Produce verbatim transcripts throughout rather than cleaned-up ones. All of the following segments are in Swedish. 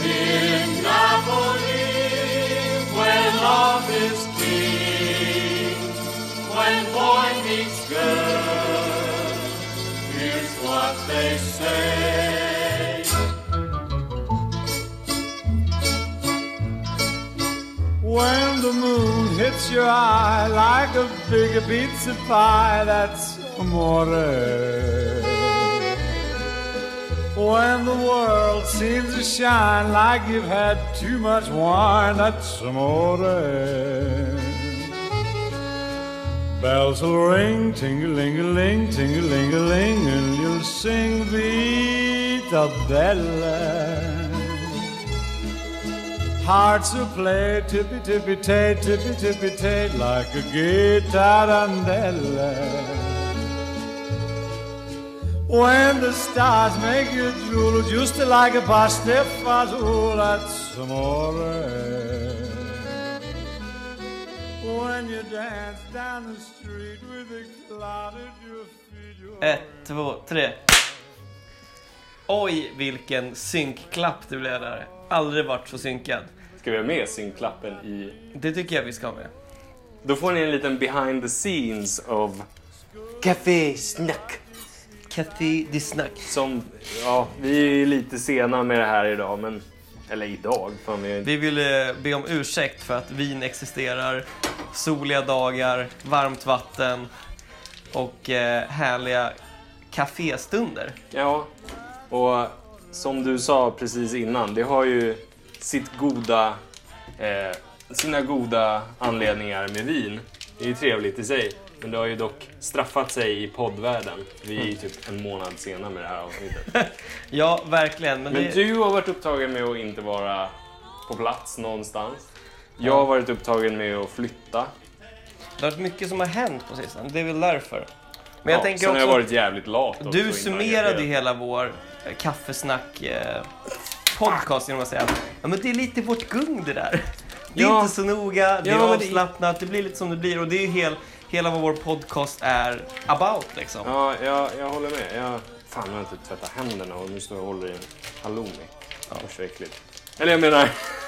In Napoli, where love is king, when boy meets girl, here's what they say. When the moon hits your eye like a big pizza pie, that's amore. When the world seems to shine like you've had too much wine, that's amore. Bells will ring, ting-a-ling-a-ling, ting-a-ling-a-ling, and you'll sing Vita Bella. Hearts will play tippy-tippy-tay, tippy-tippy-tay, like a guitarandella. When the stars make you drool, just like a pasta fazool, that's amore. When you dance down the street with a cloud at your feet. Ett, två, tre. Oj, vilken synkklapp det blev där. Aldrig varit så synkad. Ska vi ha med synkklappen i... Det tycker jag vi ska ha med. Då får ni en liten behind the scenes of Café Snack. Café de Snack. Som, ja, vi är lite sena med det här idag, men... Eller idag. Fan, vi... vi vill be om ursäkt för att vin existerar. Soliga dagar, varmt vatten och eh, härliga kaféstunder. Ja, och som du sa precis innan, det har ju sitt goda, eh, sina goda anledningar med vin. Det är ju trevligt i sig, men det har ju dock straffat sig i poddvärlden. Vi är ju typ en månad senare med det här avsnittet. Ja, verkligen. Men, men det... du har varit upptagen med att inte vara på plats någonstans. Jag har varit upptagen med att flytta. Det har varit mycket som har hänt på sistone, det är väl därför. Men ja, jag tänker sen också, har jag varit jävligt lat. Du summerade ju hela vår eh, kaffesnack eh, podcast genom att säga ja, men det är lite vårt gung det där. Det är ja. inte så noga, det är ja, avslappnat, det... det blir lite som det blir. Och det är ju hel, hela vad vår podcast är about liksom. Ja, jag, jag håller med. Jag, fan, jag har inte tvättat händerna och nu står jag och håller i en halloumi. Ja, det är så äckligt. Eller jag menar,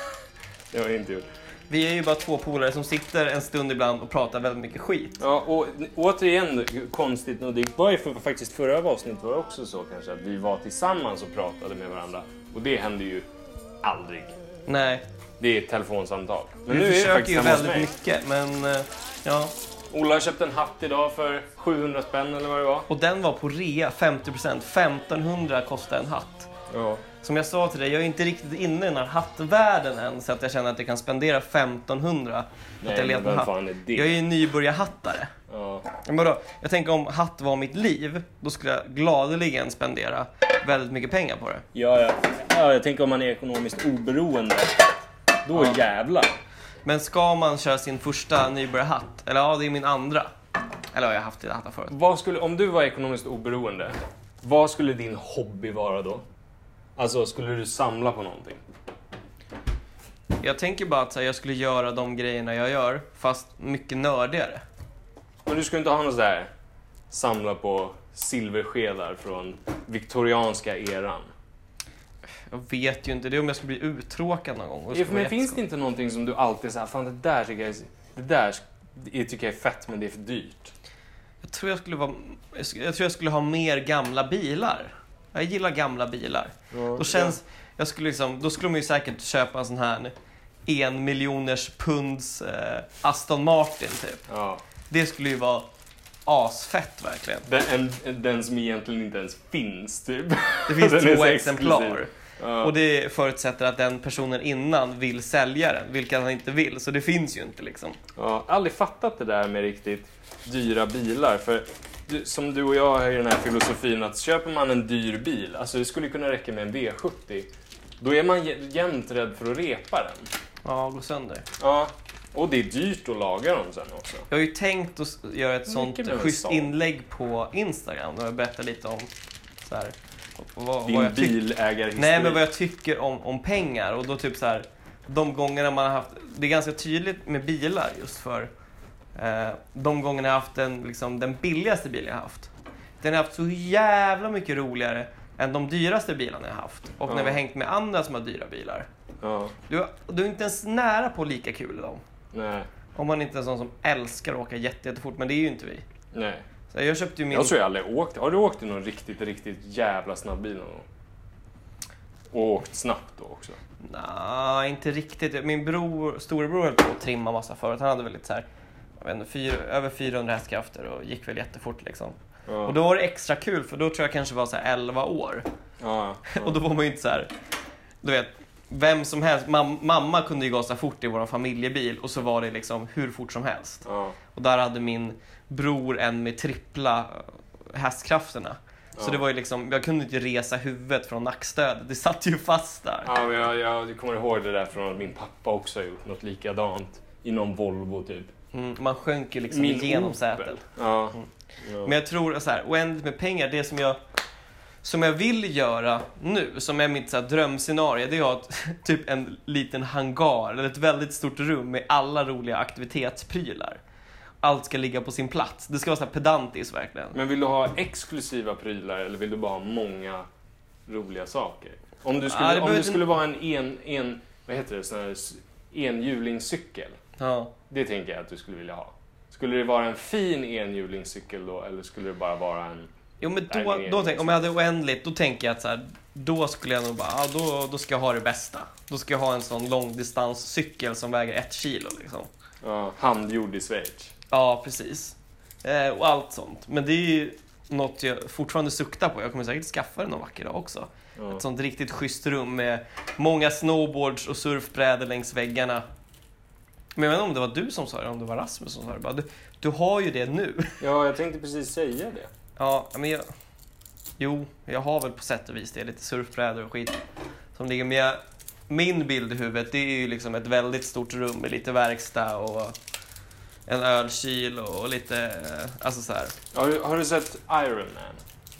det har jag inte gjort. Vi är ju bara två polare som sitter en stund ibland och pratar väldigt mycket skit. Ja, och återigen konstigt nog, det var ju för, faktiskt förra avsnittet var det också så kanske att vi var tillsammans och pratade med varandra. Och det händer ju aldrig. Nej. Det är ett telefonsamtal. Men vi nu är det faktiskt ju väldigt mycket, men ja. Ola köpte en hatt idag för sjuhundra spänn eller vad det var. Och den var på rea, femtio procent. femtonhundra kostade en hatt. Ja. Som jag sa till dig, jag är inte riktigt inne i den här hattvärlden än så att jag känner att jag kan spendera femtonhundra. Nej, att jag letar men hatt. fan är det? Jag är ju nybörjarhattare. Ja. Men då, jag tänker om hatt var mitt liv, då skulle jag gladeligen spendera väldigt mycket pengar på det. Ja, ja. ja jag tänker om man är ekonomiskt oberoende. Då ja. Jävlar. Men ska man köra sin första nybörjarhatt? Eller ja, det är min andra. Eller har jag haft det hattar förut. Vad skulle, om du var ekonomiskt oberoende, vad skulle din hobby vara då? Alltså, skulle du samla på någonting? Jag tänker bara att här, jag skulle göra de grejerna jag gör, fast mycket nördigare. Men du skulle inte ha något där samla på silverskedar från viktorianska eran? Jag vet ju inte, det är om jag skulle bli uttråkad någon gång. Ja, men finns det inte någonting som du alltid säger, fan det där tycker jag, det där det tycker jag är fett men det är för dyrt? Jag tror jag skulle vara, jag tror jag skulle ha mer gamla bilar. Jag gillar gamla bilar. Ja, då känns, ja. jag skulle liksom, då skulle man ju säkert köpa en sån här en miljoners punds eh, Aston Martin typ. Ja. Det skulle ju vara asfett verkligen. Den, en, den som egentligen inte ens finns typ. Det finns två exemplar. Ja. Och det förutsätter att den personen innan vill sälja den, vilket han inte vill. Så det finns ju inte liksom. Ja, jag har aldrig fattat det där med riktigt dyra bilar. För du, som du och jag har ju den här filosofin att köper man en dyr bil, alltså det skulle kunna räcka med en V sjuttio. Då är man jämt rädd för att repa den. Ja, gå sönder. Ja, och det är dyrt att laga dem sen också. Jag har ju tänkt att göra ett sånt schysst inlägg på Instagram. Där jag berättar lite om så här, vad, din vad jag bilägarhistorik. Nej, men vad jag tycker om, om pengar. Och då typ så här, de gångerna man har haft, det är ganska tydligt med bilar just för eh, de gångerna jag har haft den, liksom, den billigaste bilen jag har haft. Den har haft så jävla mycket roligare än de dyraste bilarna jag haft. Och Ja. när vi har hängt med andra som har dyra bilar. Ja. Du, du är inte ens nära på lika kul i dem. Nej. Om man inte är en sån som älskar att åka jätte, jättefort, men det är ju inte vi. Nej. Så jag köpte ju min... Jag tror jag aldrig åkt. Har du åkt i någon riktigt, riktigt jävla snabb bil någon gång? Och åkt snabbt då också? Nej, inte riktigt. Min bror, storebror höll på att trimma massa förut. Han hade väl lite så här, jag vet inte, fyra, över fyrahundra hästkrafter och gick väl jättefort liksom. Ja. Och då var det extra kul, för då tror jag kanske var så här elva år. Ja, ja. Och då var man ju inte så här, du vet, vem som helst. Mam- mamma kunde ju gasa fort i vår familjebil och så var det liksom hur fort som helst. Ja. Och där hade min bror en med trippla hästkrafterna. Så Ja. det var ju liksom, jag kunde inte resa huvudet från nackstödet. Det satt ju fast där. Ja, men jag, jag kommer ihåg det där från att min pappa också har gjort något likadant i någon Volvo typ. Mm, man sjönk ju liksom Min igenom Opel. sätet. Ja. Mm. Ja. Men jag tror så här, oändligt med pengar, det som jag som jag vill göra nu, som är mitt så här, drömscenario, det är att typ en liten hangar eller ett väldigt stort rum med alla roliga aktivitetsprylar. Allt ska ligga på sin plats. Det ska vara så här pedantiskt verkligen. Men vill du ha exklusiva prylar eller vill du bara ha många roliga saker? Om du skulle, Ja, det om behöver du skulle vara en, en, en vad heter det, sån här s- enhjulingscykel. Ja. Det tänker jag att du skulle vilja ha. Skulle det vara en fin enhjulingscykel då eller skulle det bara vara en... Jo, men Nej, då, det är då inte tänk, om jag hade oändligt, då tänker jag att så här, då skulle jag nog bara, ja, då, då ska jag ha det bästa. Då ska jag ha en sån långdistanscykel som väger ett kilo liksom. Ja, handgjord i Schweiz. Ja, precis. Eh, och allt sånt. Men det är ju något jag fortfarande suktar på. Jag kommer säkert skaffa det någon vacker dag också. Ja. Ett sånt riktigt schysst rum med många snowboards och surfbrädor längs väggarna. Men jag vet inte om det var du som sa det, om det var Rasmus som sa det. Bara, du, du har ju det nu. Ja, jag tänkte precis säga det. Ja, men jag... Jo, jag har väl på sätt och vis det. Lite surfbrädor och skit som ligger. Men jag, min bild i huvudet, det är ju liksom ett väldigt stort rum med lite verkstad och en ölkyl och lite... Alltså så här. Har du, har du sett Iron Man?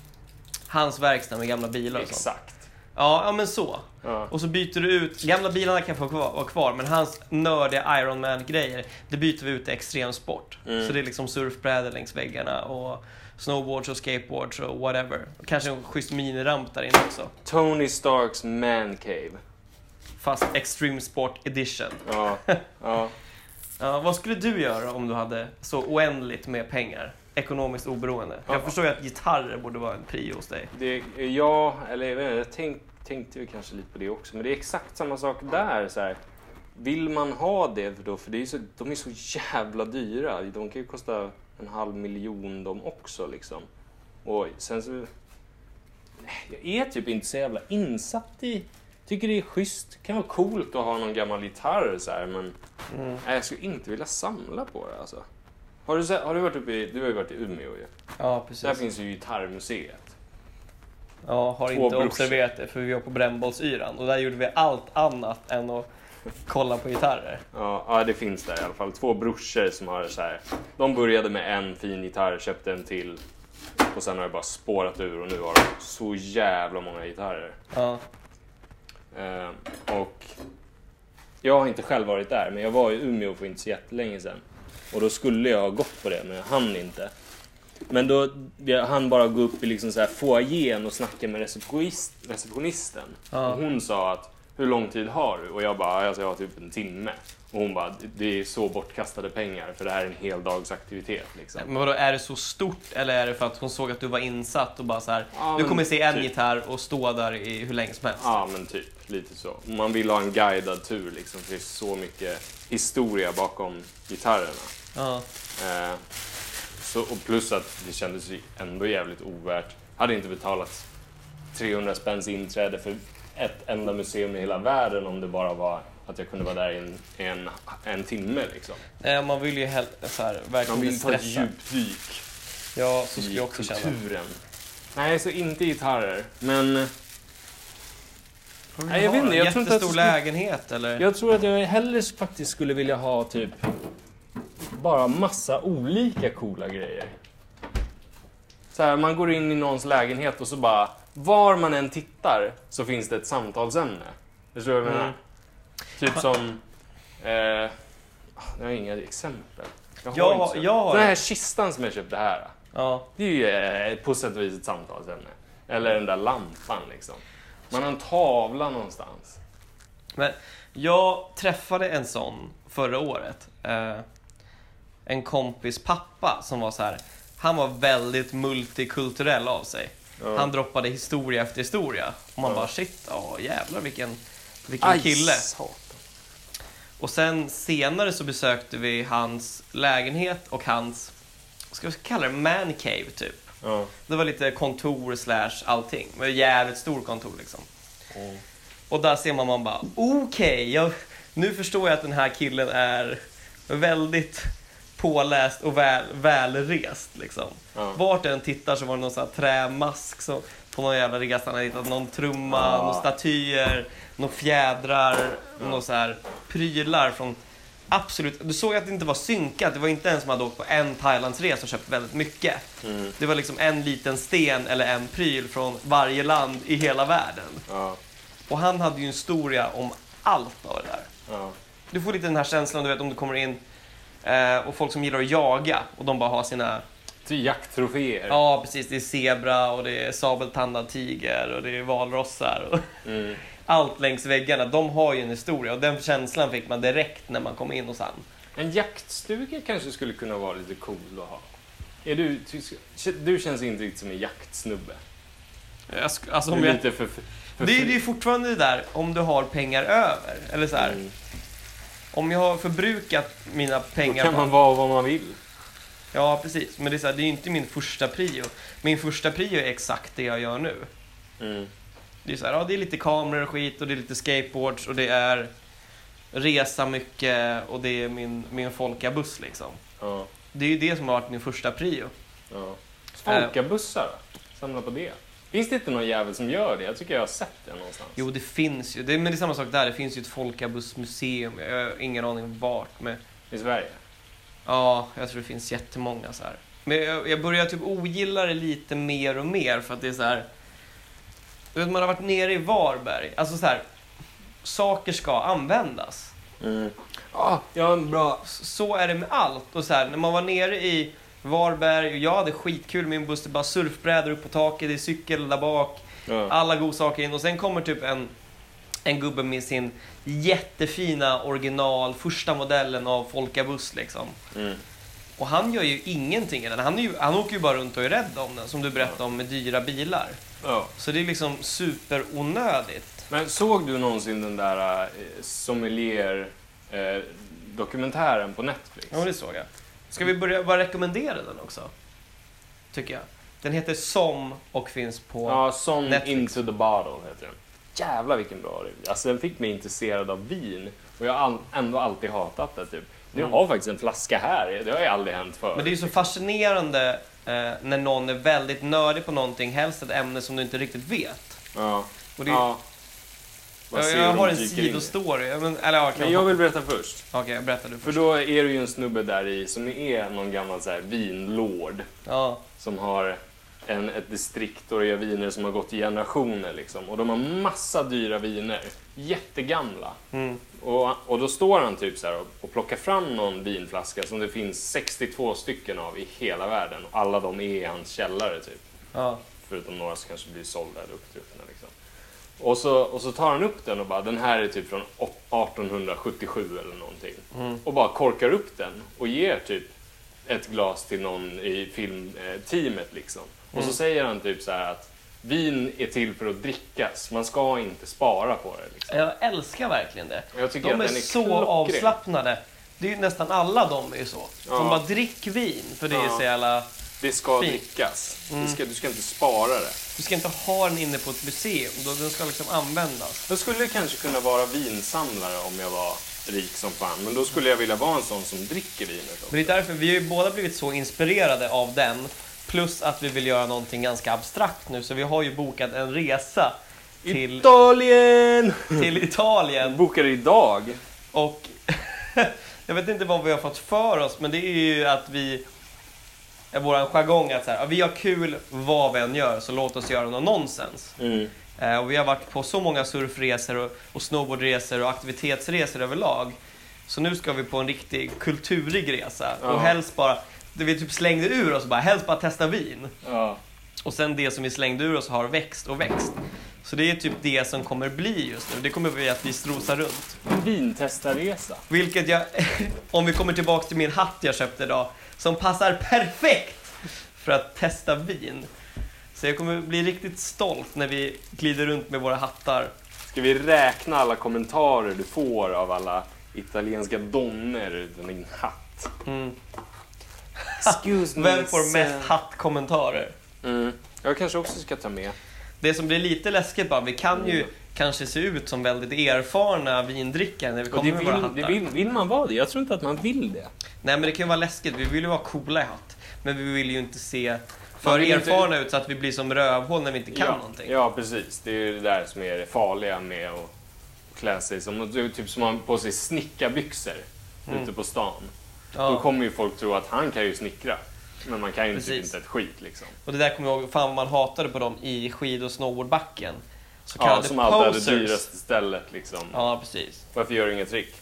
Hans verkstad med gamla bilar och sånt. Exakt. Ja, ja, men så. Ja. Och så byter du ut... Gamla bilarna kan få kvar, vara kvar, men hans nördiga Iron Man-grejer, det byter vi ut till extremsport. Mm. Så det är liksom surfbrädor längs väggarna och snowboards och skateboards och whatever. Kanske en schysst miniramp där inne också. Tony Starks Man Cave. Fast Extreme Sport Edition. Ja, ja. Ja, vad skulle du göra om du hade så oändligt med pengar? Ekonomiskt oberoende. Ja. Jag förstår ju att gitarrer borde vara en prio hos dig. Det, ja, eller jag vet inte, jag tänk, tänkte ju kanske lite på det också. Men det är exakt samma sak där. Så här. Vill man ha det då? För det är så, de är så jävla dyra. De kan ju kosta en halv miljon de också liksom. Och sen så... Jag är typ inte så jävla insatt i... Tycker det är schysst. Det kan vara coolt att ha någon gammal gitarr så här, men... Mm. Nej, jag skulle inte vilja samla på det alltså. Har du, sett, har du varit uppe i... Du har ju varit i Umeå ju. Ja, precis. Där finns ju gitarrmuseet. Ja, har Två inte brorsor. observerat det, för vi var på brännbollsyran och där gjorde vi allt annat än att kolla på gitarrer. Ja, ja, det finns där i alla fall. Två brorsor som har så här. De började med en fin gitarr, köpte en till. Och sen har det bara spårat ur och nu har de så jävla många gitarrer. Ja. Eh, och jag har inte själv varit där, men jag var i Umeå för inte så jättelänge sedan. Och då skulle jag ha gått på det, men jag hann inte. Men då jag hann bara gå upp i liksom så här foajén och snacka med receptionist, receptionisten. Ja. Och hon sa att, hur lång tid har du? Och jag bara, alltså jag har typ en timme. Och hon bara, det är så bortkastade pengar för det här är en hel dags aktivitet liksom. Men vadå, är det så stort eller är det för att hon såg att du var insatt och bara så här, Ja, du men kommer se en typ. gitarr och stå där i hur länge som helst? Ja, men typ lite så. Man vill ha en guidad tur liksom, för det är så mycket historia bakom gitarrerna. Ja. Eh, så, och plus att det kändes ju ändå jävligt ovärt. Hade inte betalat trehundra spänns inträde för ett enda museum i hela världen om det bara var att jag kunde vara där i en, en, en timme liksom. Nej, man vill ju hell- så här, Man verkligen vill ta ett stressa. djupdyk Ja, så skulle i jag också känna. kulturen. Nej, så inte gitarrer. Men Nej, Nej, jag vet inte, jag tror inte att Jättestor det skulle- lägenhet eller? jag tror att jag hellre faktiskt skulle vilja ha typ bara massa olika coola grejer. Så här, man går in i någons lägenhet och så bara, var man än tittar så finns det ett samtalsämne. Förstår du vad jag menar? Mm. Typ som... Eh, jag har inga exempel. Jag har Jag- inte så. jag har- Den här kistan som jag köpte här. Ja. Det är ju eh, på sätt och vis ett samtalsämne. Eller den där lampan liksom. Man har en tavla någonstans. Men jag träffade en sån förra året. Eh, en kompis pappa som var så här. Han var väldigt multikulturell av sig. Ja. Han droppade historia efter historia. Och man ja. bara, shit, åh jävlar vilken, vilken Aj, kille. Satan. Och sen senare så besökte vi hans lägenhet och hans, ska vi kalla det man cave typ. Ja. Det var lite kontor slash allting. Det var ett jävligt stor kontor liksom. Mm. Och där ser man man bara, okej, okay, nu förstår jag att den här killen är väldigt påläst och väl, välrest liksom. Ja. Vart den tittar så var det någon sån här trämask så, på någon jävla resa. Han hade hittat någon trumma, ja. någon statyer, någon fjädrar, ja. någon så här prylar från absolut. Du såg att det inte var synkat. Det var inte en som hade åkt på en Thailandsresa och köpt väldigt mycket. Mm. Det var liksom en liten sten eller en pryl från varje land i hela världen. Ja. Och han hade ju en historia om allt av det där. Ja. Du får lite den här känslan, du vet, om du kommer in eh, och folk som gillar att jaga och de bara har sina jakttroféer. Ja, precis. Det är zebra och det är sabeltandad tiger och det är valrossar och mm. allt längs väggarna. De har ju en historia och den känslan fick man direkt när man kom in hos han. En jaktstuga kanske skulle kunna vara lite cool att ha. Är du, du känns inte riktigt som en jaktsnubbe. Jag sk- alltså, om jag, lite för, för, för det är ju fortfarande det där om du har pengar över. Eller så här. Mm. Om jag har förbrukat mina pengar. Då kan man vara vad man vill. Ja, precis. Men det är, så här, det är ju inte min första prio. Min första prio är exakt det jag gör nu. Mm. Det är så här, ja, det är lite kameror och skit och det är lite skateboards och det är resa mycket och det är min, min folkabuss liksom. Ja. Det är ju det som har varit min första prio. Ja. Folkabussar då? Samla på det. Finns det inte någon jävel som gör det? Jag tycker jag har sett det någonstans. Jo, det finns ju. Det, men det är samma sak där. Det finns ju ett folkabussmuseum. Jag har ingen aning vart. Med... I Sverige? Ja, jag tror det finns jättemånga så här. Men jag, jag börjar typ ogilla det lite mer och mer för att det är så här. Du vet, man har varit nere i Varberg. Alltså så här, saker ska användas. Mm. Ah, ja, bra. Så är det med allt. Och så här, när man var nere i Varberg och jag hade skitkul med min buss. Det bara surfbrädor upp på taket, det är cykel där bak. Ja. Alla goda saker in. Och sen kommer typ en, en gubbe med sin jättefina original, första modellen av folkabuss liksom. Mm. Och han gör ju ingenting i den. Han, är ju, han åker ju bara runt och är rädd om den, som du berättade om med dyra bilar. Ja. Så det är liksom superonödigt. Men såg du någonsin den där eh, sommelier eh, dokumentären på Netflix? Ja, det såg jag. Ska vi börja bara rekommendera den också? Tycker jag. Den heter Som och finns på ja, Som Netflix. Into the Bottle heter den. Jävlar vilken bra review. Alltså den fick mig intresserad av vin. Och jag har ändå alltid hatat det typ. Nu mm. har faktiskt en flaska här. Det har ju aldrig hänt förr. Men det är ju så fascinerande eh, när någon är väldigt nördig på någonting. Helst ett ämne som du inte riktigt vet. Ja. Och det är... ja. Jag, jag har en sidostory. Men, eller, ja, men jag vill berätta först. Okej, okay, berätta du först. För då är det ju en snubbe där i som är någon gammal så här vinlord. Ja. Som har en, ett distrikt och gör viner som har gått i generationer liksom. Och de har massa dyra viner. Jättegamla. Mm. Och, och då står han typ så här och, och plockar fram någon vinflaska som det finns sextiotvå stycken av i hela världen. Och alla de är i hans källare typ. Ja. Förutom några som kanske blir sålda eller upptruckna liksom. Och så, och så tar han upp den och bara, den här är typ från artonhundrasjuttiosju eller någonting. Mm. Och bara korkar upp den och ger typ ett glas till någon i filmteamet liksom. Mm. Och så säger han typ så här att vin är till för att drickas. Man ska inte spara på det. Liksom. Jag älskar verkligen det. Jag tycker de att är, den är så klockren. avslappnade. Det är ju nästan alla de är ju så. Ja. Som bara drick vin. För det ja. är så jävla det ska fint. drickas. Mm. Du, ska, du ska inte spara det. Du ska inte ha den inne på ett museum. Den ska liksom användas. Jag skulle kanske kunna vara vinsamlare om jag var rik som fan. Men då skulle jag vilja vara en sån som dricker vinet också. Men det är därför vi har ju båda blivit så inspirerade av den. Plus att vi vill göra någonting ganska abstrakt nu. Så vi har ju bokat en resa till Italien! Till Italien. Vi bokar idag. Och jag vet inte vad vi har fått för oss. Men det är ju att vi är våran jargong att så här, vi har kul vad vi än gör. Så låt oss göra något nonsens. Mm. Eh, och vi har varit på så många surfresor och, och snowboardresor och aktivitetsresor överlag. Så nu ska vi på en riktig kulturig resa. Ja. Och helst bara, det vi typ slängde ur oss bara, helst bara testa vin. Ja. Och sen det som vi slängde ur oss har växt och växt. Så det är typ det som kommer bli just nu. Det kommer bli att vi strosar runt. En vintestarresa. Vilket jag, om vi kommer tillbaka till min hatt jag köpte idag, som passar perfekt för att testa vin. Så jag kommer bli riktigt stolt när vi glider runt med våra hattar. Ska vi räkna alla kommentarer du får av alla italienska donner utan din hatt? Mm. Excuse me. Vem får mest hattkommentarer? Mm. Jag kanske också ska ta med. Det som blir lite läskigt bara, vi kan ju mm. kanske se ut som väldigt erfarna vindrickare när vi kommer det med vill, våra hattar. Det vill, vill man vara det? Jag tror inte att man vill det. Nej, men det kan ju vara läskigt. Vi vill ju vara coola i hatt. Men vi vill ju inte se för erfarna inte... ut så att vi blir som rövhål när vi inte kan ja. någonting. Ja, precis. Det är ju det där som är det farliga med att klä sig som, typ som man på sig snickarbyxor mm. ute på stan. Ja. Då kommer ju folk tro att han kan ju snickra. Men man kan ju typ inte ett skit liksom. Och det där kommer jag ihåg, fan man hatade på dem i skid- och snowboardbacken. Så ja, som alltid hade det dyraste stället liksom. Ja, precis. Varför gör du inget trick?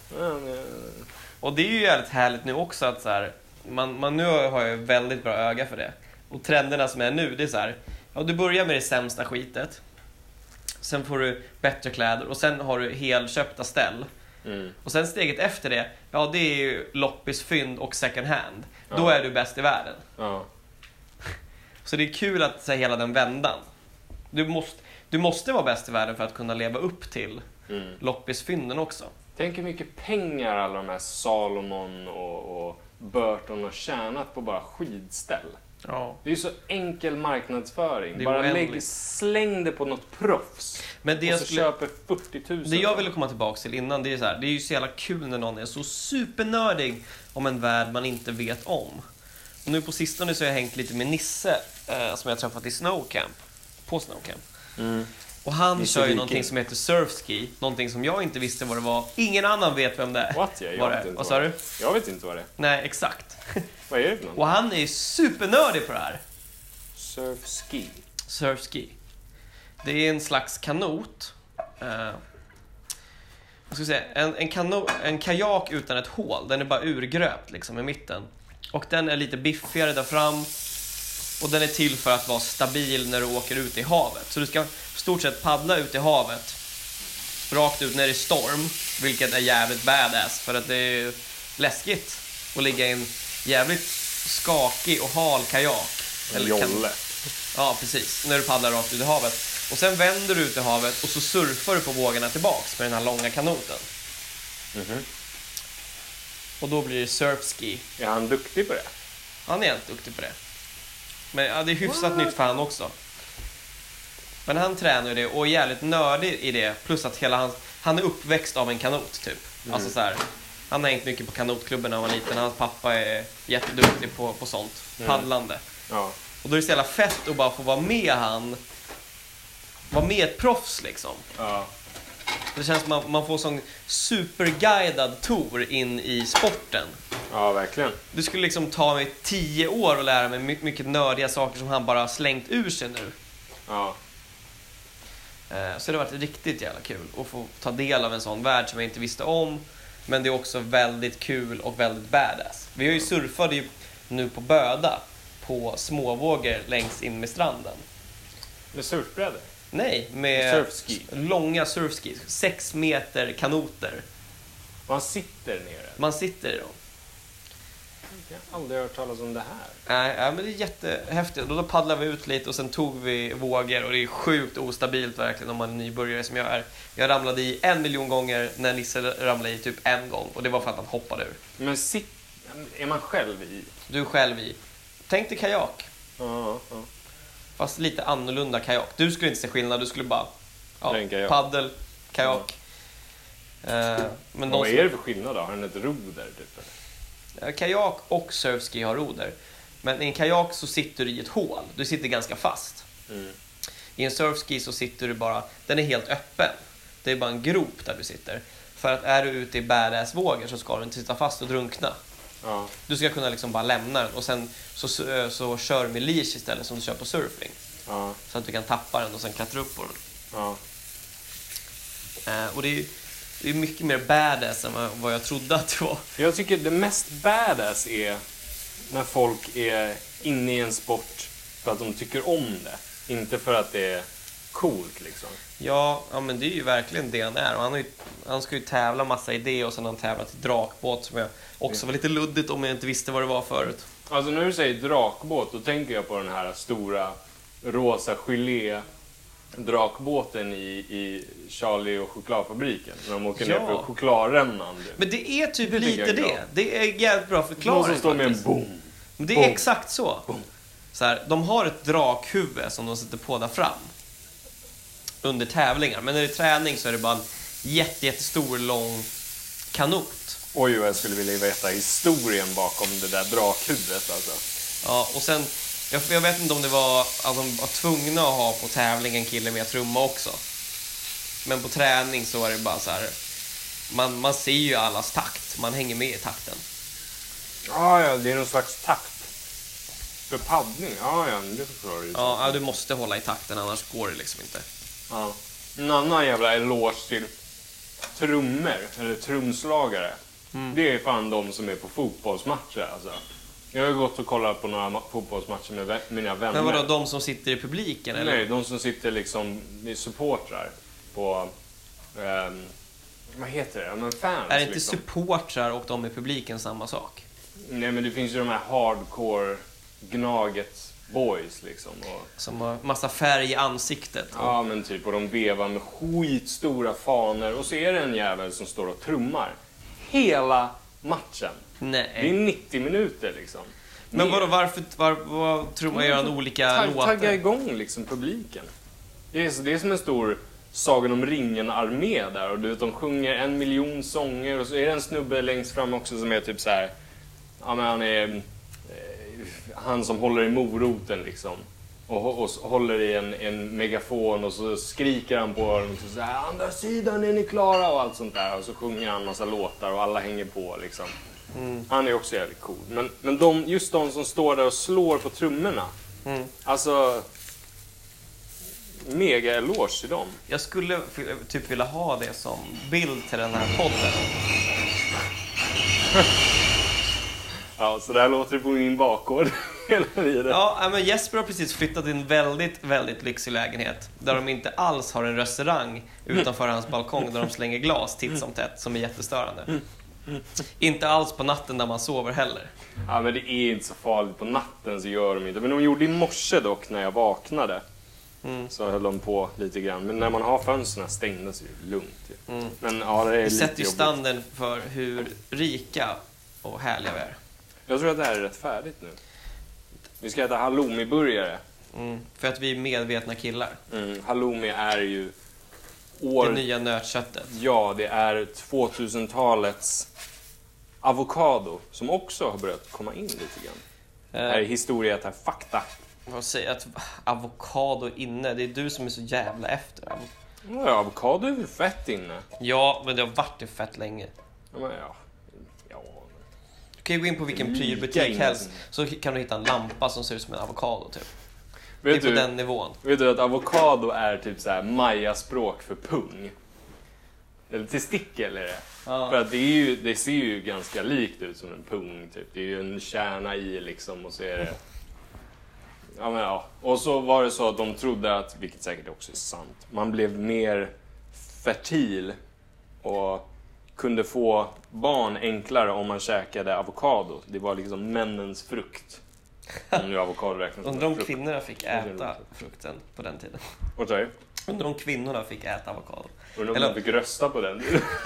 Och det är ju jävligt härligt nu också att så här, man, man nu har ju väldigt bra öga för det. Och trenderna som är nu, det är så här, ja, du börjar med det sämsta skitet. Sen får du bättre kläder och sen har du helköpta ställ. Mm. Och sen steget efter det, ja, det är ju loppisfynd och second hand. Ja. Då är du bäst i världen. Ja. Så det är kul att säga hela den vändan. Du måste, du måste vara bäst i världen för att kunna leva upp till mm. loppisfynden också. Tänk hur mycket pengar alla de här Salomon och, och Burton har tjänat på bara skidställ. Ja. Det är ju så enkel marknadsföring. Bara lägg, släng det på något proffs. Men det och så skulle, köper fyrtio tusen. Det jag ville komma tillbaka till innan, det är så här, det är ju så jävla kul när någon är så supernördig om en värld man inte vet om. Och nu på sistone så har jag hängt lite med Nisse eh, som jag träffat i Snowcamp. På Snowcamp. Mm. Och han Nisse kör ju någonting som heter surfski. Någonting som jag inte visste vad det var. Ingen annan vet vem det är. What? Jag, jag vet inte vad sa du? Jag vet inte vad det är. Nej, exakt. Vad är det för något? Och han är ju supernördig på det här. Surfski. Surfski. Det är en slags kanot. Uh, jag ska säga, en, en, kano, en kajak utan ett hål. Den är bara urgröpt liksom i mitten. Och den är lite biffigare där fram. Och den är till för att vara stabil när du åker ut i havet. Så du ska stort sett paddla ut i havet. Rakt ut när det är storm. Vilket är jävligt badass. För att det är läskigt att ligga i en jävligt skakig och hal kajak. En jolle. Ja, precis. När du paddlar rakt ut i havet. Och sen vänder du ut i havet och så surfar du på vågorna tillbaks med den här långa kanoten. Mm-hmm. Och då blir det surfski. Är han duktig på det? Han är helt duktig på det. Men ja, det är hyfsat What? nytt för han också. Men han tränar det och är jävligt nördig i det. Plus att hela hans, han är uppväxt av en kanot typ. Mm. Alltså så här, han har hängt mycket på kanotklubben när han var liten. Hans pappa är jätteduktig på, på sånt. Mm. Paddlande. Ja. Och då är det så jävla fett att bara få vara med han. Vara med ett proffs liksom. Ja. Det känns som att man, man får sån superguidad tour in i sporten. Ja, verkligen. Det skulle liksom ta mig tio år att lära mig mycket, mycket nördiga saker som han bara har slängt ur sig nu. Ja. Så det har varit riktigt jävla kul att få ta del av en sån värld som jag inte visste om. Men det är också väldigt kul och väldigt badass. Vi har ju surfat ju nu på Böda på småvågor längs in med stranden. Med surfbrädor? Nej, med surfski. Långa surfski. Sex meter kanoter. Man sitter nere? Man sitter i dem. Jag har aldrig hört talas om det här. Nej, ja, men det är jättehäftigt. Och då paddlade vi ut lite och sen tog vi vågor. Och det är sjukt ostabilt verkligen om man är nybörjare som jag är. Jag ramlade i en miljon gånger när Nisse ramlade i typ en gång. Och det var för att han hoppade ur. Men sit... är man själv i? Du är själv i. Tänk dig kajak. Ja, ja. Fast lite annorlunda kajak. Du skulle inte se skillnad, du skulle bara... Ja, kajak. Paddel, kajak. Ja. Uh, men vad är det för skillnad då? Har den ett roder typ? Kajak och surfski har roder. Men i en kajak så sitter du i ett hål. Du sitter ganska fast. Mm. I en surfski så sitter du bara... Den är helt öppen. Det är bara en grop där du sitter. För att är du ute i badass-vågor så ska du inte sitta fast och drunkna. Ja. Du ska kunna liksom bara lämna den. Och sen så, så, så kör med leash istället som du kör på surfing. Ja. Så att du kan tappa den och sen klättra upp på den. Ja. Eh, och det är Det är mycket mer badass än vad jag trodde att det var. Jag tycker det mest badass är när folk är inne i en sport för att de tycker om det. Inte för att det är coolt liksom. Ja, ja men det är ju verkligen det han är. Och han, har ju, han ska ju tävla massa idéer och sen har han tävlat i drakbåt som jag också var lite luddigt om jag inte visste vad det var förut. Alltså när du säger drakbåt, då tänker jag på den här stora rosa gelé drakbåten i, i Charlie och chokladfabriken. När de åker Ja. ner för chokladrännan. Men det är typ Det tycker jag lite är det. bra. Det är jävligt bra Någon förklarat som står med en faktiskt. boom. Men det är Boom. exakt så. Så här, de har ett drakhuvud som de sätter på där fram under tävlingar. Men när det är träning så är det bara en jätte, jättestor, lång kanot. Oj, vad jag skulle vilja veta historien bakom det där drakhuvudet alltså. Ja, och sen, jag, jag vet inte om det var att de var tvungna att ha på tävling en kille med trumma också. Men på träning så är det bara så här, man, man ser ju allas takt, man hänger med i takten. Ja, ja, det är någon slags takt. För paddning, ja, ja, det förstår du ju. Ja, ja, du måste hålla i takten, annars går det liksom inte. Ja. En annan jävla eloge till trummor, eller trumslagare. Mm. Det är fan de som är på fotbollsmatcher alltså. Jag har gått och kollat på några ma- fotbollsmatcher med vä- mina vänner. Men vadå, de som sitter i publiken eller? Nej, de som sitter liksom i supportrar på... ehm, vad heter det? Ja, men fans Är inte liksom. supportrar och de i publiken samma sak? Nej, men det finns ju de här hardcore gnaget boys liksom. Och, Som har massa färg i ansiktet. ja, men typ, och de vevar med skitstora faner. Och så är det en jävel som står och trummar hela matchen. Det är Nej. nittio minuter liksom. Men Mer. vadå, varför var, vad tror man gör han olika Tag- Tagga låtar? igång liksom publiken. Det är, det är som en stor Sagan om ringen-armé där. Och du vet, de sjunger en miljon sånger. Och så är det en snubbe längst fram också som är typ så här. Ja, men han är eh, han som håller i moroten liksom. Och, och, och håller i en, en megafon och så skriker han på dem så här, andra sidan är ni klara och allt sånt där. Och så sjunger han massa låtar och alla hänger på liksom. Mm. Han är också jävligt cool. Men, men de, just de som står där och slår på trummorna. Mm. Alltså, mega eloge till dem. Jag skulle f- typ vilja ha det som bild till den här podden. Ja, så där låter det på min bakgård hela tiden. Ja, nej, men Jesper har precis flyttat in en väldigt, väldigt lyxig lägenhet. Där de inte alls har en restaurang utanför hans balkong där de slänger glas titt som tätt, som är jättestörande. Inte alls på natten när man sover heller. Ja, men det är inte så farligt. På natten så gör de inte. Men de gjorde i morse dock när jag vaknade. Mm. Så höll de på lite grann. Men när man har fönstren stängda så är det lugnt. Ju. Mm. Men ja, det är Vi lite sätter ju jobbigt. standarden för hur rika och härliga vi är. Jag tror att det här är rätt färdigt nu. Vi ska äta halloumi-burgare. Mm. För att vi är medvetna killar. Mm, halloumi är ju Det år... nya nötköttet. Ja, det är tvåtusentalets avokado som också har börjat komma in lite grann. Det här är Eh, historia, det här är fakta. vad säger jag? Att avokado inne, det är du som är så jävla efter. Ja, avokado är ju fett inne. Ja, men det har varit det fett länge. Ja, men ja. Ja. Du kan ju gå in på vilken Lika prylbutik inne. helst, så kan du hitta en lampa som ser ut som en avokado typ. Det är Vet på du, den nivån. vet du att avokado är typ så här mayaspråk för pung? Eller testikel är det. För att det, är ju, det ser ju ganska likt ut som en pung typ. Det är ju en kärna i liksom och så är det... Ja, men ja. Och så var det så att de trodde att, vilket säkert också är sant, man blev mer fertil och kunde få barn enklare om man käkade avokado. Det var liksom männens frukt. Om nu avokado räknas som Undrar om frukt. kvinnorna fick äta frukten på den tiden. Vad säger du? Undrar om kvinnorna fick äta avokado. Undrar om Eller- de fick rösta på den.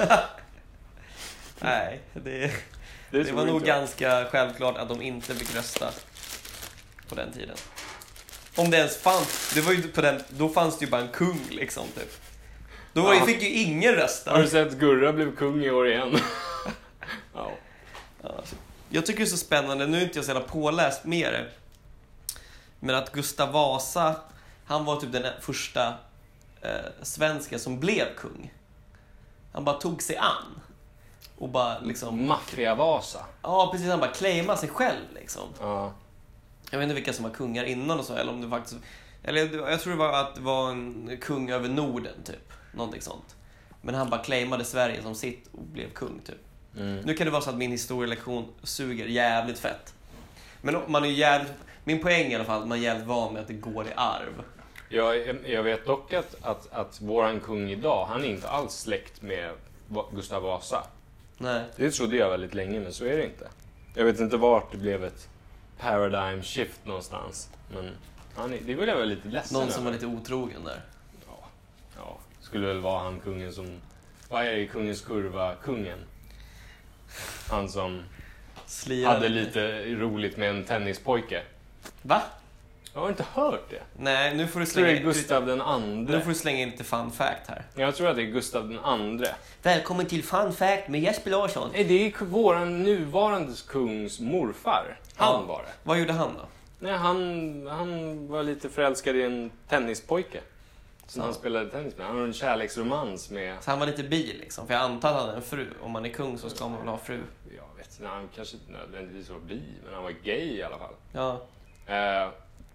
Nej, det, Det, det tror var jag nog inte. ganska självklart att de inte fick rösta på den tiden. Om det ens fanns, det var ju på den, då fanns det ju bara en kung liksom typ. Då var, Ja. fick ju ingen Har rösta. du sett Gurra blev kung i år igen? Ja. Ja, jag tycker det är så spännande, nu är inte jag så jävla påläst med det. Men att Gustav Vasa, han var typ den första eh, svensken som blev kung. Han bara tog sig an. Och bara liksom... Maffia-Vasa. Ja, precis. Han bara claimade sig själv liksom. Ja. Jag vet inte vilka som var kungar innan och så, eller om det faktiskt... Eller jag tror det var att det var en kung över Norden, typ. Någonting sånt. Men han bara claimade Sverige som sitt och blev kung, typ. Mm. Nu kan det vara så att min historielektion suger jävligt fett. Men man är ju jävligt... Min poäng i alla fall, att man är jävligt van med att det går i arv. Jag, jag vet dock att, att, att våran kung idag, han är inte alls släkt med Gustav Vasa. Nej. Det trodde jag väldigt länge, men så är det inte. Jag vet inte vart det blev ett paradigm shift någonstans. Men han är, det vill jag väl lite ledsen Någon som var över. lite otrogen där. Ja, ja, skulle väl vara han kungen som... Vad är det, kungens kurva, kungen? Han som Slirade. hade lite roligt med en tennispojke. Va? Jag har inte hört det. Nej, nu får du Jag tror slänga det är Gustav den Nu andre. får du slänga in lite fun fact här. Jag tror att det är Gustav den andre. Välkommen till Fun fact med Jesper Larsson. Nej, det är våran nuvarande kungs morfar. Han Ja. var det. Vad gjorde han då? Nej, han, han var lite förälskad i en tennispojke. Som Ja. han spelade tennis med. Han har en kärleksromans med... Så han var lite bi liksom. För jag antar att han hade en fru. Om man är kung så ska man väl ha fru. Jag vet inte, han kanske inte nödvändigtvis var bi, men han var gay i alla fall. Ja. Eh,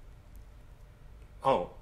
Ja.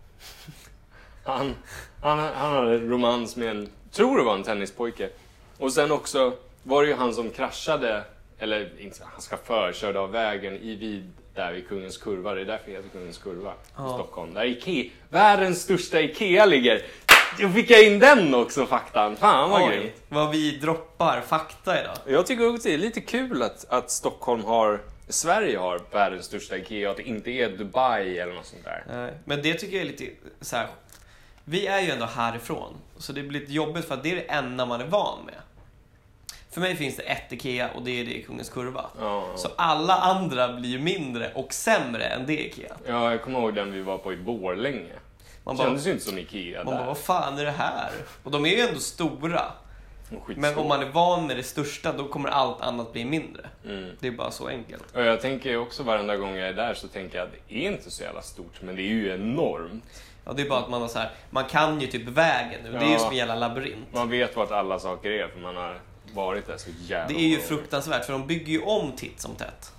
Han, han, han hade en romans med en, tror det var en tennispojke. Och sen också var det ju han som kraschade, eller inte, han ska förkörde av vägen i vid där vid Kungens kurva. Det är därför det heter Kungens kurva i Ja. Stockholm. Där Ikea, världens största Ikea ligger. Då fick jag in den också, faktan. Fan vad grymt. Oj, vad vi droppar fakta idag. Jag tycker också det är lite kul att, att Stockholm har, Sverige har världens största Ikea, att det inte är Dubai eller något sånt där. Nej, men det tycker jag är lite så här. Vi är ju ändå härifrån. Så det blir lite jobbigt för att det är det enda man är van med. För mig finns det ett Ikea och det är det i Kungens kurva. Ja, ja. Så alla andra blir ju mindre och sämre än det Ikea. Ja, jag kommer ihåg den vi var på i Borlänge. Man Det bara, kändes ju inte som Ikea man där. bara, vad fan är det här? Och de är ju ändå stora. Och skitstor. Men om man är van med det största, då kommer allt annat bli mindre. Mm. Det är bara så enkelt. Och jag tänker också varenda gång jag är där så tänker jag att det är inte så jävla stort, men det är ju enormt. Ja, det är bara att man har så här, man kan ju typ vägen nu. Det är ju Ja. som en jävla labyrint. Man vet vart alla saker är för man har varit där så jävla Det är ju många gånger. fruktansvärt, för de bygger ju om titt som tätt.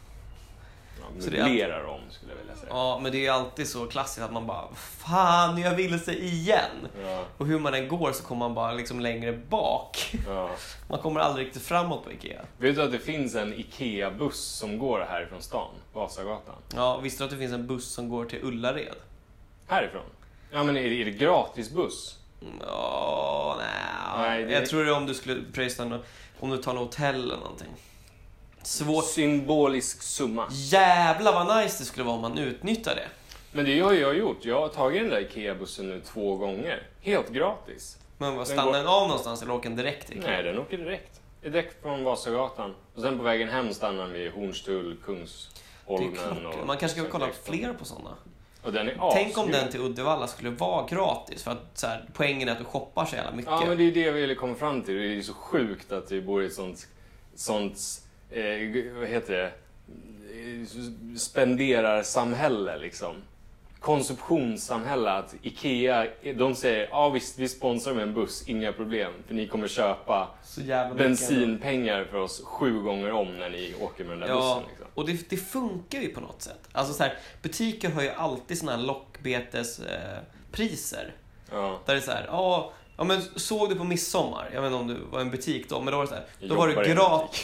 Ja, så det är möblerar om skulle jag vilja säga. Ja, men det är ju alltid så klassiskt att man bara, fan, jag vill se igen. Ja, Och hur man än går så kommer man bara liksom längre bak. ja. Man kommer aldrig riktigt framåt på Ikea. Vet du att det finns en Ikea-buss som går härifrån stan? Vasagatan. Ja, visste du att det finns en buss som går till Ullared? Härifrån? Ja, men är det, är det gratis buss? Ja, nej. Nej, det- Jag tror det är om du skulle pröjsa no- om du tar något hotell eller någonting. Svårt. Symbolisk summa. Jävlar vad nice det skulle vara om man utnyttjar det. Men det har jag gjort. Jag har tagit den där Ikea-bussen nu två gånger. Helt gratis. Men vad, Den stannar går- den av någonstans eller åker den direkt till Ikea? Nej, den åker direkt. Direkt från Vasagatan. Och sen på vägen hem stannar vi i Hornstull, Det är Kungsholmen klart. och... Man kanske ska och kolla direkt- fler på sådana. Och den är Tänk om asgrym. den till Uddevalla skulle vara gratis. För att så här, poängen är att du shoppar så jävla mycket. Ja, men det är det jag ville komma fram till. Det är ju så sjukt att vi bor i ett sånt... sånt eh, vad heter det? Eh, Spenderarsamhälle, liksom. Konsumtionssamhälle. Att Ikea, de säger ja visst, vi sponsrar med en buss, inga problem. För ni kommer köpa Så jävla mycket ändå. bensinpengar för oss sju gånger om när ni åker med den där Ja, bussen. Liksom. och det, det funkar ju på något sätt. Alltså så här, butiker har ju alltid såna här lockbetespriser. Eh, priser. Ja. Där det är så här, ja, ja men såg du på midsommar? Jag vet inte om du var en butik då, men då var det så här, Jag då var jobbar det i en gratis.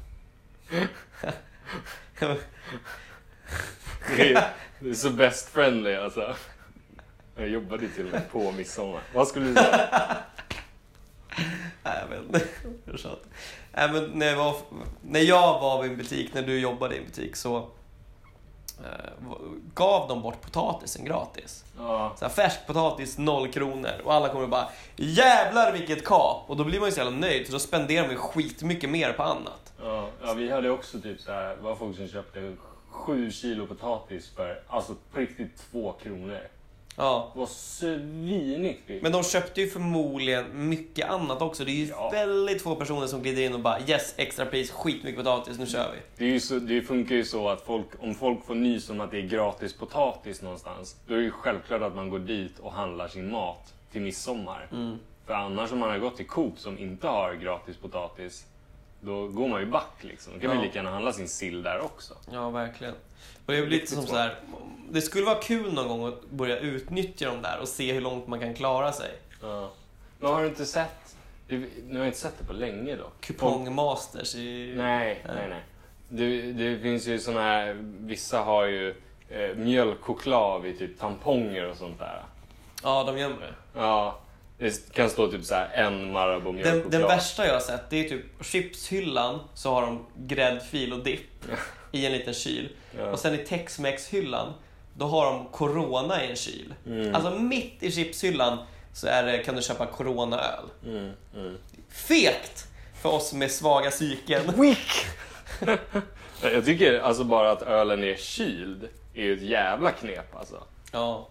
Det är, det är så best friendly alltså. Jag jobbade till och med på midsommar. Vad skulle du säga? Nej, jag vet inte. Jag tjatar. Nej, men när jag var, när jag var vid en butik, när du jobbade i en butik, så eh, gav de bort potatisen gratis. Ja. Så här, färsk potatis, noll kronor. Och alla kommer bara, jävlar vilket kap! Och då blir man ju så jävla nöjd, så då spenderar man ju skitmycket mer på annat. Ja, ja, vi hade också typ så här, var folk som köpte sju kilo potatis för, alltså på riktigt två kronor. Ja. Det var svinigt dyrt. Men de köpte ju förmodligen mycket annat också. Det är ju Ja. väldigt få personer som glider in och bara, yes, extra pris, skitmycket potatis, nu kör vi. Det, är ju så, det funkar ju så att folk, om folk får nys om att det är gratis potatis någonstans, då är det ju självklart att man går dit och handlar sin mat till midsommar. Mm. För annars om man har gått till Coop som inte har gratis potatis, då går man ju back liksom. Då kan man Ja. lika gärna handla sin sill där också. Ja, verkligen. Och det är lite som så här, det skulle vara kul någon gång att börja utnyttja dem där och se hur långt man kan klara sig. Ja. Men har du inte sett, du, nu har jag inte sett det på länge då. Kupongmasters i... Nej, nej, nej. Det, det finns ju såna här, vissa har ju eh, mjölkchoklad i typ tamponger och sånt där. Ja, de gömmer det. Ja, det kan stå typ så här en Marabou mjölkchoklad. Den, den värsta jag har sett, det är typ chipshyllan, så har de gräddfil och dipp i en liten kyl. Ja. Och sen i Tex-Mex-hyllan, då har de Corona i en kyl. Mm. Alltså mitt i chipshyllan så är det, kan du köpa Corona-öl. Mm, mm. Fegt för oss med svaga psyken. Weak! Jag tycker alltså bara att ölen är kyld är ju ett jävla knep alltså. Ja.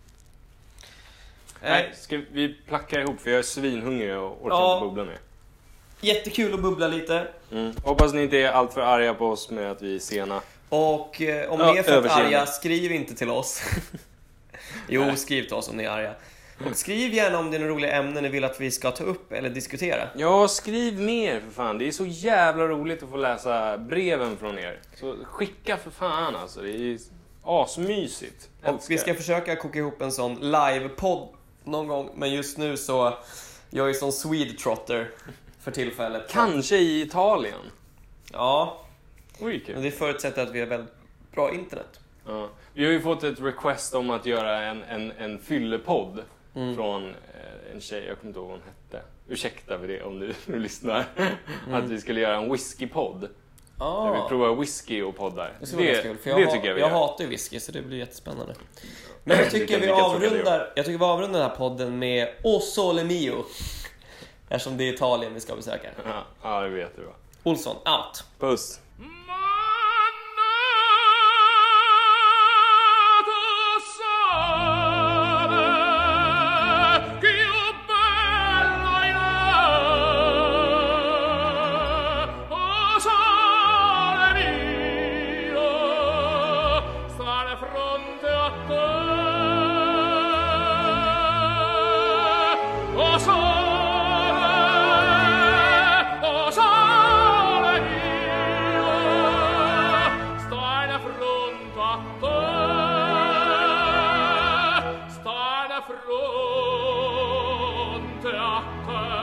Nej, ska vi placka ihop för jag är svinhungrig och orkar Ja. inte bubbla mer. Jättekul att bubbla lite. Mm. Hoppas ni inte är allt för arga på oss med att vi är sena. Och eh, om Ja, ni är för att överseende. arga, skriv inte till oss. Jo, skriv till oss om ni är arga. Och skriv gärna om det är några roliga ämnen ni vill att vi ska ta upp eller diskutera. Ja, skriv mer för fan. Det är så jävla roligt att få läsa breven från er. Så skicka för fan alltså. Det är asmysigt. Och Älskar vi ska det. försöka koka ihop en sån live-podd någon gång. Men just nu så jag är som Swede-trotter för tillfället. Kanske i Italien. Ja, Oj, kul. men det förutsätter att vi har väldigt bra internet. Ja. Vi har ju fått ett request om att göra en, en, en fyllepodd Mm. från eh, en tjej, jag kommer inte ihåg vad hon hette. Ursäkta för det om du, du lyssnar. Mm. Att vi skulle göra en whiskypodd. Ah. Där vi provar whisky och poddar. Det, det, kul, för jag, det ha, tycker jag vi jag gör. hatar ju whisky så det blir jättespännande. Men jag tycker kan- vi vi kan tolka det avrundar jag tycker vi avrundar den här podden med O Sole Mio. Eftersom det är Italien vi ska besöka. Ja, ja, det vet du va. Olsson, out. Puss. Fronte a te